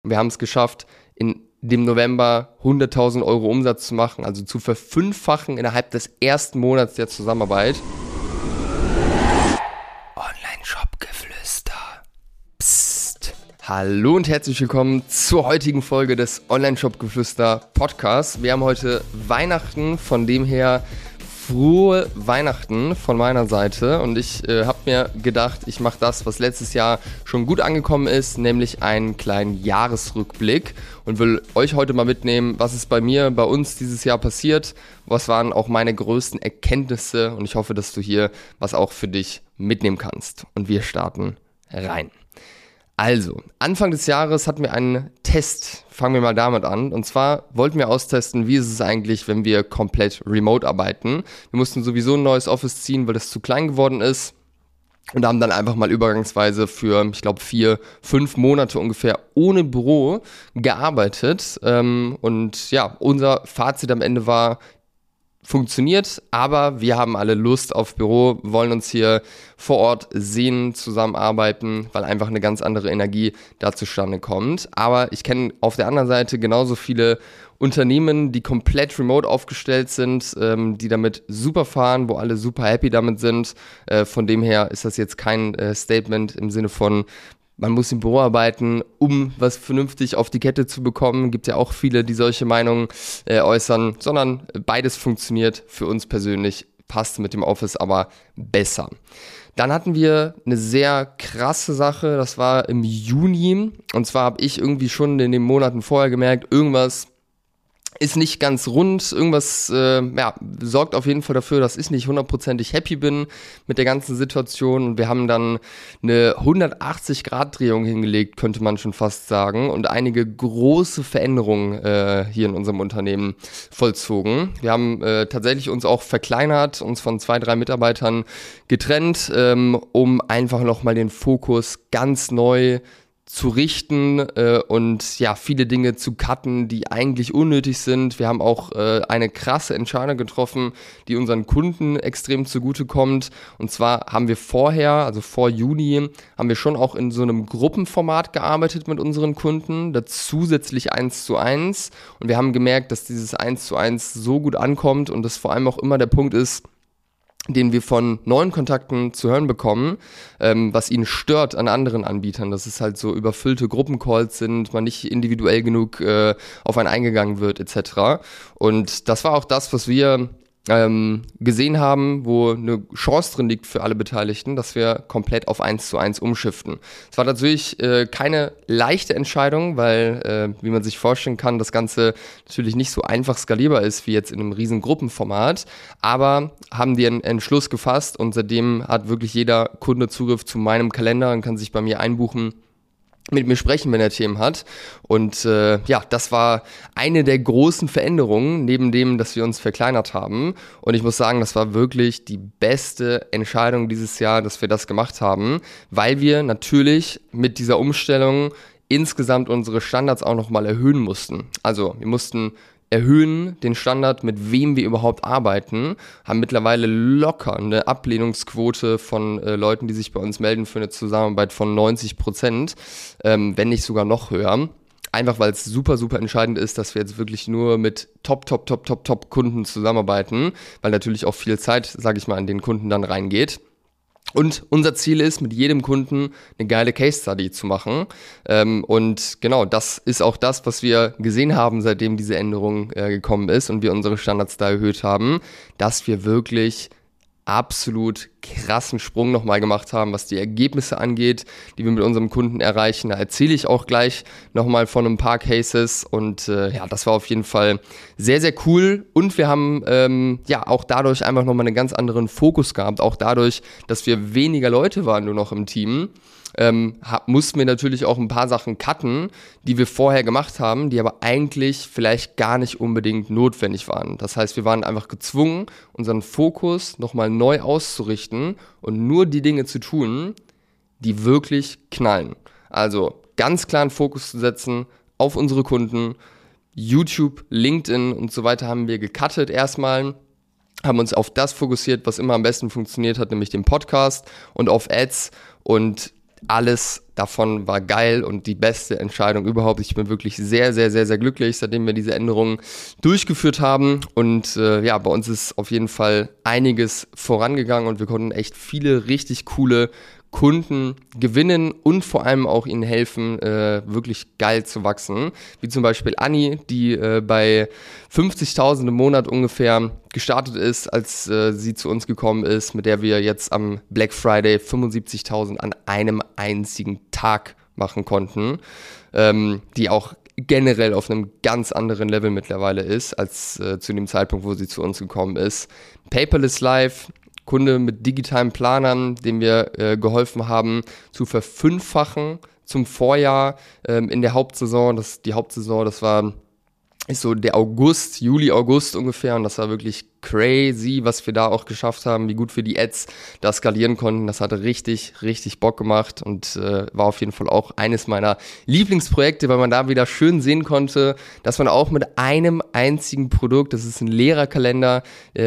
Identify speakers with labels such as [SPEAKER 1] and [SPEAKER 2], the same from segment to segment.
[SPEAKER 1] Wir haben es geschafft, in dem November 100.000 Euro Umsatz zu machen, also zu verfünffachen innerhalb des ersten Monats der Zusammenarbeit. Online-Shop-Geflüster. Psst. Hallo und herzlich willkommen zur heutigen Folge des Online-Shop-Geflüster Podcasts. Wir haben heute Weihnachten, von dem her frohe Weihnachten von meiner Seite, und ich habe mir gedacht, ich mache das, was letztes Jahr schon gut angekommen ist, nämlich einen kleinen Jahresrückblick, und will euch heute mal mitnehmen, was ist bei uns dieses Jahr passiert, was waren auch meine größten Erkenntnisse, und ich hoffe, dass du hier was auch für dich mitnehmen kannst. Und wir starten rein. Also, Anfang des Jahres hatten wir einen Test, fangen wir mal damit an, und zwar wollten wir austesten, wie ist es eigentlich, wenn wir komplett remote arbeiten. Wir mussten sowieso ein neues Office ziehen, weil das zu klein geworden ist, und haben dann einfach mal übergangsweise für, ich glaube, 4-5 Monate ungefähr ohne Büro gearbeitet, und ja, unser Fazit am Ende war, funktioniert, aber wir haben alle Lust auf Büro, wollen uns hier vor Ort sehen, zusammenarbeiten, weil einfach eine ganz andere Energie da zustande kommt. Aber ich kenne auf der anderen Seite genauso viele Unternehmen, die komplett remote aufgestellt sind, die damit super fahren, wo alle super happy damit sind. Von dem her ist das jetzt kein Statement im Sinne von, man muss im Büro arbeiten, um was vernünftig auf die Kette zu bekommen. Gibt ja auch viele, die solche Meinungen äußern, sondern beides funktioniert für uns persönlich, passt mit dem Office aber besser. Dann hatten wir eine sehr krasse Sache, das war im Juni, und zwar habe ich irgendwie schon in den Monaten vorher gemerkt, irgendwas ist nicht ganz rund, irgendwas sorgt auf jeden Fall dafür, dass ich nicht 100%ig happy bin mit der ganzen Situation, und wir haben dann eine 180-Grad-Drehung hingelegt, könnte man schon fast sagen, und einige große Veränderungen hier in unserem Unternehmen vollzogen. Wir haben tatsächlich uns auch verkleinert, uns von 2-3 Mitarbeitern getrennt, um einfach nochmal den Fokus ganz neu zu richten und ja, viele Dinge zu cutten, die eigentlich unnötig sind. Wir haben auch eine krasse Entscheidung getroffen, die unseren Kunden extrem zugutekommt. Und zwar haben wir vorher, also vor Juni, haben wir schon auch in so einem Gruppenformat gearbeitet mit unseren Kunden, da zusätzlich 1:1. Und wir haben gemerkt, dass dieses 1:1 so gut ankommt und das vor allem auch immer der Punkt ist, den wir von neuen Kontakten zu hören bekommen, was ihnen stört an anderen Anbietern, dass es halt so überfüllte Gruppencalls sind, man nicht individuell genug auf einen eingegangen wird etc. Und das war auch das, was wir gesehen haben, wo eine Chance drin liegt für alle Beteiligten, dass wir komplett auf 1:1 umschiften. Es war natürlich keine leichte Entscheidung, weil, wie man sich vorstellen kann, das Ganze natürlich nicht so einfach skalierbar ist wie jetzt in einem riesen Gruppenformat, aber haben die einen Entschluss gefasst, und seitdem hat wirklich jeder Kunde Zugriff zu meinem Kalender und kann sich bei mir einbuchen, mit mir sprechen, wenn er Themen hat. Und ja, das war eine der großen Veränderungen, neben dem, dass wir uns verkleinert haben. Und ich muss sagen, das war wirklich die beste Entscheidung dieses Jahr, dass wir das gemacht haben, weil wir natürlich mit dieser Umstellung insgesamt unsere Standards auch nochmal erhöhen mussten. Also wir mussten erhöhen den Standard, mit wem wir überhaupt arbeiten, haben mittlerweile locker eine Ablehnungsquote von Leuten, die sich bei uns melden für eine Zusammenarbeit von 90%, wenn nicht sogar noch höher. Einfach weil es super, super entscheidend ist, dass wir jetzt wirklich nur mit Top Kunden zusammenarbeiten, weil natürlich auch viel Zeit, sage ich mal, an den Kunden dann reingeht. Und unser Ziel ist, mit jedem Kunden eine geile Case Study zu machen. Und genau, das ist auch das, was wir gesehen haben, seitdem diese Änderung gekommen ist und wir unsere Standards da erhöht haben, dass wir wirklich absolut krassen Sprung nochmal gemacht haben, was die Ergebnisse angeht, die wir mit unserem Kunden erreichen. Da erzähle ich auch gleich nochmal von ein paar Cases, und ja, das war auf jeden Fall sehr, sehr cool, und wir haben ja auch dadurch einfach nochmal einen ganz anderen Fokus gehabt, auch dadurch, dass wir weniger Leute waren nur noch im Team. Mussten wir natürlich auch ein paar Sachen cutten, die wir vorher gemacht haben, die aber eigentlich vielleicht gar nicht unbedingt notwendig waren. Das heißt, wir waren einfach gezwungen, unseren Fokus nochmal neu auszurichten und nur die Dinge zu tun, die wirklich knallen. Also ganz klaren Fokus zu setzen auf unsere Kunden. YouTube, LinkedIn und so weiter haben wir gecuttet erstmal, haben uns auf das fokussiert, was immer am besten funktioniert hat, nämlich den Podcast, und auf Ads. Und alles davon war geil und die beste Entscheidung überhaupt. Ich bin wirklich sehr, sehr, sehr, sehr glücklich, seitdem wir diese Änderungen durchgeführt haben. Und bei uns ist auf jeden Fall einiges vorangegangen und wir konnten echt viele richtig coole Kunden gewinnen und vor allem auch ihnen helfen, wirklich geil zu wachsen. Wie zum Beispiel Anni, die bei 50.000 im Monat ungefähr gestartet ist, als sie zu uns gekommen ist, mit der wir jetzt am Black Friday 75.000 an einem einzigen Tag machen konnten, die auch generell auf einem ganz anderen Level mittlerweile ist, als zu dem Zeitpunkt, wo sie zu uns gekommen ist. Paperless Life, Kunde mit digitalen Planern, dem wir geholfen haben, zu verfünffachen zum Vorjahr in der Hauptsaison. Die Hauptsaison, ist so der Juli, August ungefähr, und das war wirklich crazy, was wir da auch geschafft haben, wie gut wir die Ads da skalieren konnten. Das hatte richtig, richtig Bock gemacht und war auf jeden Fall auch eines meiner Lieblingsprojekte, weil man da wieder schön sehen konnte, dass man auch mit einem einzigen Produkt, das ist ein Lehrerkalender,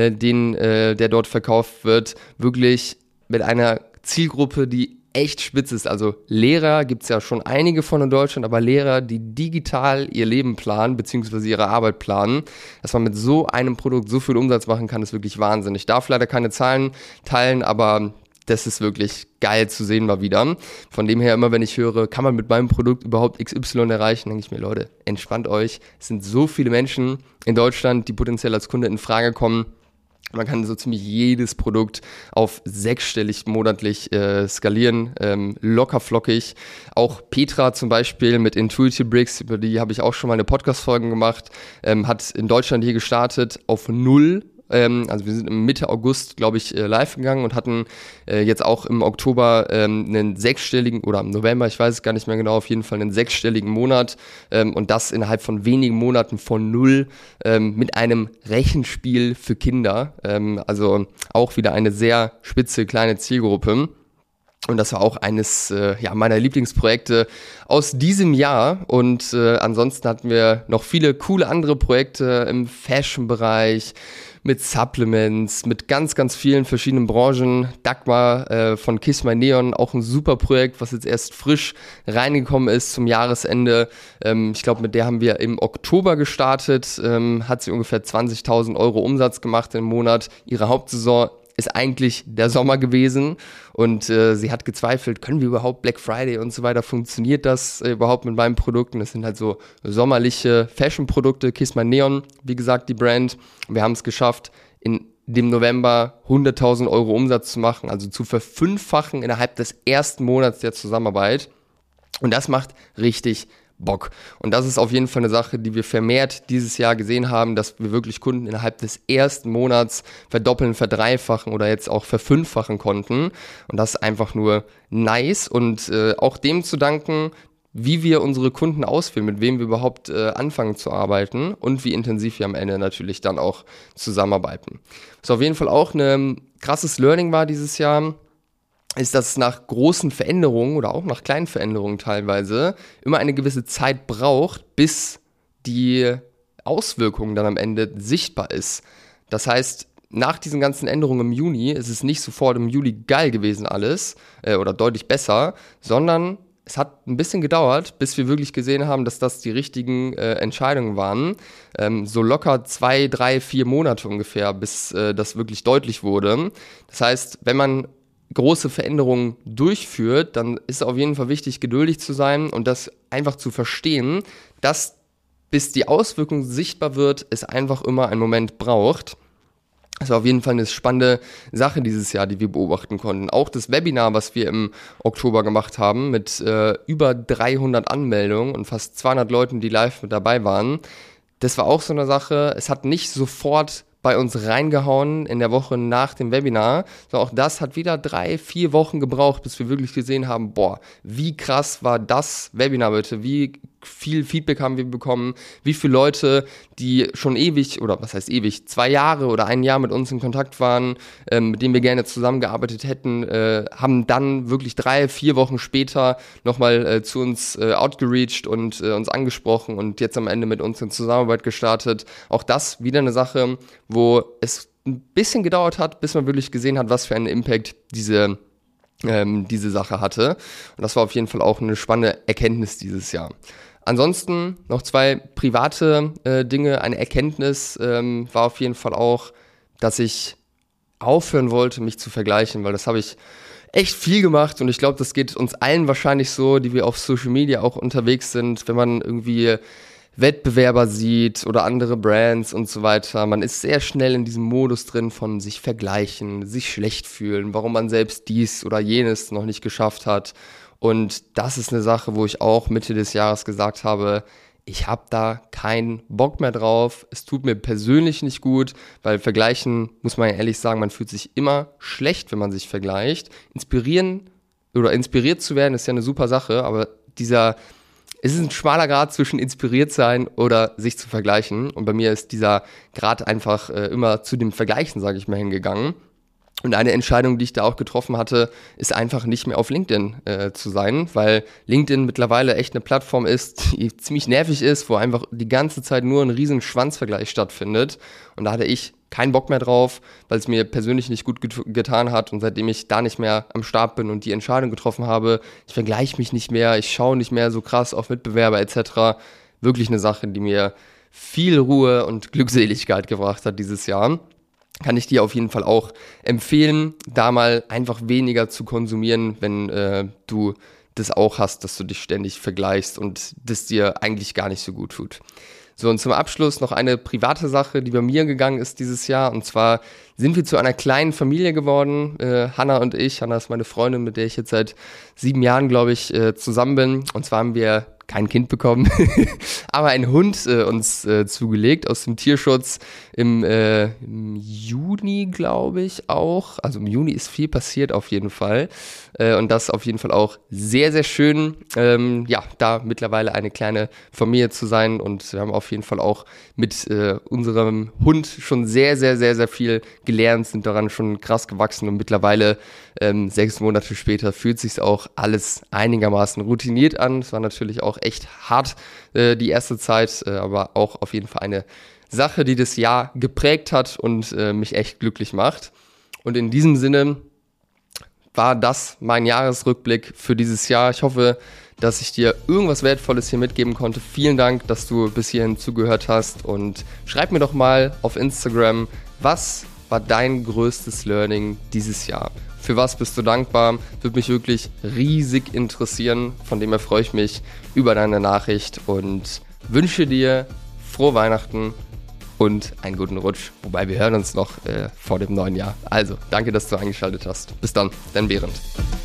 [SPEAKER 1] der dort verkauft wird, wirklich mit einer Zielgruppe, die echt spitz ist. Also Lehrer gibt es ja schon einige von in Deutschland, aber Lehrer, die digital ihr Leben planen, beziehungsweise ihre Arbeit planen, dass man mit so einem Produkt so viel Umsatz machen kann, ist wirklich Wahnsinn. Ich darf leider keine Zahlen teilen, aber das ist wirklich geil zu sehen mal wieder. Von dem her, immer wenn ich höre, kann man mit meinem Produkt überhaupt XY erreichen, denke ich mir, Leute, entspannt euch. Es sind so viele Menschen in Deutschland, die potenziell als Kunde in Frage kommen. Man kann so ziemlich jedes Produkt auf sechsstellig monatlich skalieren, locker flockig. Auch Petra zum Beispiel mit Intuitive Bricks, über die habe ich auch schon mal eine Podcast-Folge gemacht, hat in Deutschland hier gestartet auf 0. Also wir sind Mitte August, glaube ich, live gegangen und hatten jetzt auch im Oktober einen sechsstelligen, oder im November, ich weiß es gar nicht mehr genau, auf jeden Fall einen sechsstelligen Monat und das innerhalb von wenigen Monaten von 0 mit einem Rechenspiel für Kinder. Also auch wieder eine sehr spitze kleine Zielgruppe. Und das war auch eines meiner Lieblingsprojekte aus diesem Jahr. Und ansonsten hatten wir noch viele coole andere Projekte im Fashion-Bereich, mit Supplements, mit ganz, ganz vielen verschiedenen Branchen. Dagmar von Kiss My Neon, auch ein super Projekt, was jetzt erst frisch reingekommen ist zum Jahresende. Ich glaube, mit der haben wir im Oktober gestartet, hat sie ungefähr 20.000 Euro Umsatz gemacht im Monat. Ihre Hauptsaison ist eigentlich der Sommer gewesen und sie hat gezweifelt, können wir überhaupt Black Friday und so weiter, funktioniert das überhaupt mit meinen Produkten? Das sind halt so sommerliche Fashion-Produkte, Kiss My Neon, wie gesagt, die Brand. Wir haben es geschafft, in dem November 100.000 Euro Umsatz zu machen, also zu verfünffachen innerhalb des ersten Monats der Zusammenarbeit. Und das macht richtig Bock. Und das ist auf jeden Fall eine Sache, die wir vermehrt dieses Jahr gesehen haben, dass wir wirklich Kunden innerhalb des ersten Monats verdoppeln, verdreifachen oder jetzt auch verfünffachen konnten. Und das ist einfach nur nice und auch dem zu danken, wie wir unsere Kunden auswählen, mit wem wir überhaupt anfangen zu arbeiten und wie intensiv wir am Ende natürlich dann auch zusammenarbeiten. Was auf jeden Fall auch ein krasses Learning war dieses Jahr, ist, dass es nach großen Veränderungen oder auch nach kleinen Veränderungen teilweise immer eine gewisse Zeit braucht, bis die Auswirkung dann am Ende sichtbar ist. Das heißt, nach diesen ganzen Änderungen im Juni ist es nicht sofort im Juli geil gewesen alles oder deutlich besser, sondern es hat ein bisschen gedauert, bis wir wirklich gesehen haben, dass das die richtigen Entscheidungen waren. So locker 2, 3, 4 Monate ungefähr, bis das wirklich deutlich wurde. Das heißt, wenn man große Veränderungen durchführt, dann ist es auf jeden Fall wichtig, geduldig zu sein und das einfach zu verstehen, dass bis die Auswirkung sichtbar wird, es einfach immer einen Moment braucht. Das war auf jeden Fall eine spannende Sache dieses Jahr, die wir beobachten konnten. Auch das Webinar, was wir im Oktober gemacht haben, mit über 300 Anmeldungen und fast 200 Leuten, die live mit dabei waren, das war auch so eine Sache, es hat nicht sofort bei uns reingehauen in der Woche nach dem Webinar. So, auch das hat wieder 3, 4 Wochen gebraucht, bis wir wirklich gesehen haben, boah, wie krass war das Webinar bitte, wie viel Feedback haben wir bekommen, wie viele Leute, die schon ewig, oder was heißt ewig, 2 Jahre oder 1 Jahr mit uns in Kontakt waren, mit denen wir gerne zusammengearbeitet hätten, haben dann wirklich 3, 4 Wochen später nochmal zu uns outgereached und uns angesprochen und jetzt am Ende mit uns in Zusammenarbeit gestartet. Auch das wieder eine Sache, wo es ein bisschen gedauert hat, bis man wirklich gesehen hat, was für einen Impact diese diese Sache hatte. Und das war auf jeden Fall auch eine spannende Erkenntnis dieses Jahr. Ansonsten noch 2 private Dinge. Eine Erkenntnis war auf jeden Fall auch, dass ich aufhören wollte, mich zu vergleichen, weil das habe ich echt viel gemacht und ich glaube, das geht uns allen wahrscheinlich so, die wir auf Social Media auch unterwegs sind, wenn man irgendwie Wettbewerber sieht oder andere Brands und so weiter. Man ist sehr schnell in diesem Modus drin von sich vergleichen, sich schlecht fühlen, warum man selbst dies oder jenes noch nicht geschafft hat. Und das ist eine Sache, wo ich auch Mitte des Jahres gesagt habe, ich habe da keinen Bock mehr drauf. Es tut mir persönlich nicht gut, weil vergleichen, muss man ja ehrlich sagen, man fühlt sich immer schlecht, wenn man sich vergleicht. Inspiriert zu werden, ist ja eine super Sache, aber es ist ein schmaler Grad zwischen inspiriert sein oder sich zu vergleichen. Und bei mir ist dieser Grad einfach immer zu dem Vergleichen, sage ich mal, hingegangen. Und eine Entscheidung, die ich da auch getroffen hatte, ist einfach nicht mehr auf LinkedIn zu sein, weil LinkedIn mittlerweile echt eine Plattform ist, die ziemlich nervig ist, wo einfach die ganze Zeit nur ein riesen Schwanzvergleich stattfindet. Und da hatte ich keinen Bock mehr drauf, weil es mir persönlich nicht gut getan hat. Und seitdem ich da nicht mehr am Start bin und die Entscheidung getroffen habe, ich vergleiche mich nicht mehr, ich schaue nicht mehr so krass auf Mitbewerber etc., wirklich eine Sache, die mir viel Ruhe und Glückseligkeit gebracht hat dieses Jahr. Kann ich dir auf jeden Fall auch empfehlen, da mal einfach weniger zu konsumieren, wenn du das auch hast, dass du dich ständig vergleichst und das dir eigentlich gar nicht so gut tut. So, und zum Abschluss noch eine private Sache, die bei mir gegangen ist dieses Jahr. Und zwar sind wir zu einer kleinen Familie geworden, Hannah und ich. Hannah ist meine Freundin, mit der ich jetzt seit 7 Jahren, glaube ich, zusammen bin. Und zwar haben wir kein Kind bekommen, aber einen Hund uns zugelegt aus dem Tierschutz im Juni, glaube ich auch. Also im Juni ist viel passiert auf jeden Fall und das auf jeden Fall auch sehr, sehr schön, da mittlerweile eine kleine Familie zu sein und wir haben auf jeden Fall auch mit unserem Hund schon sehr, sehr, sehr, sehr viel gelernt, sind daran schon krass gewachsen und mittlerweile 6 Monate später fühlt sich auch alles einigermaßen routiniert an. Es war natürlich auch echt hart die erste Zeit, aber auch auf jeden Fall eine Sache, die das Jahr geprägt hat und mich echt glücklich macht. Und in diesem Sinne war das mein Jahresrückblick für dieses Jahr. Ich hoffe, dass ich dir irgendwas Wertvolles hier mitgeben konnte. Vielen Dank, dass du bis hierhin zugehört hast und schreib mir doch mal auf Instagram, was war dein größtes Learning dieses Jahr? Für was bist du dankbar? Würde mich wirklich riesig interessieren. Von dem her freue ich mich über deine Nachricht und wünsche dir frohe Weihnachten und einen guten Rutsch. Wobei wir hören uns noch vor dem neuen Jahr. Also, danke, dass du eingeschaltet hast. Bis dann, dein Behrend.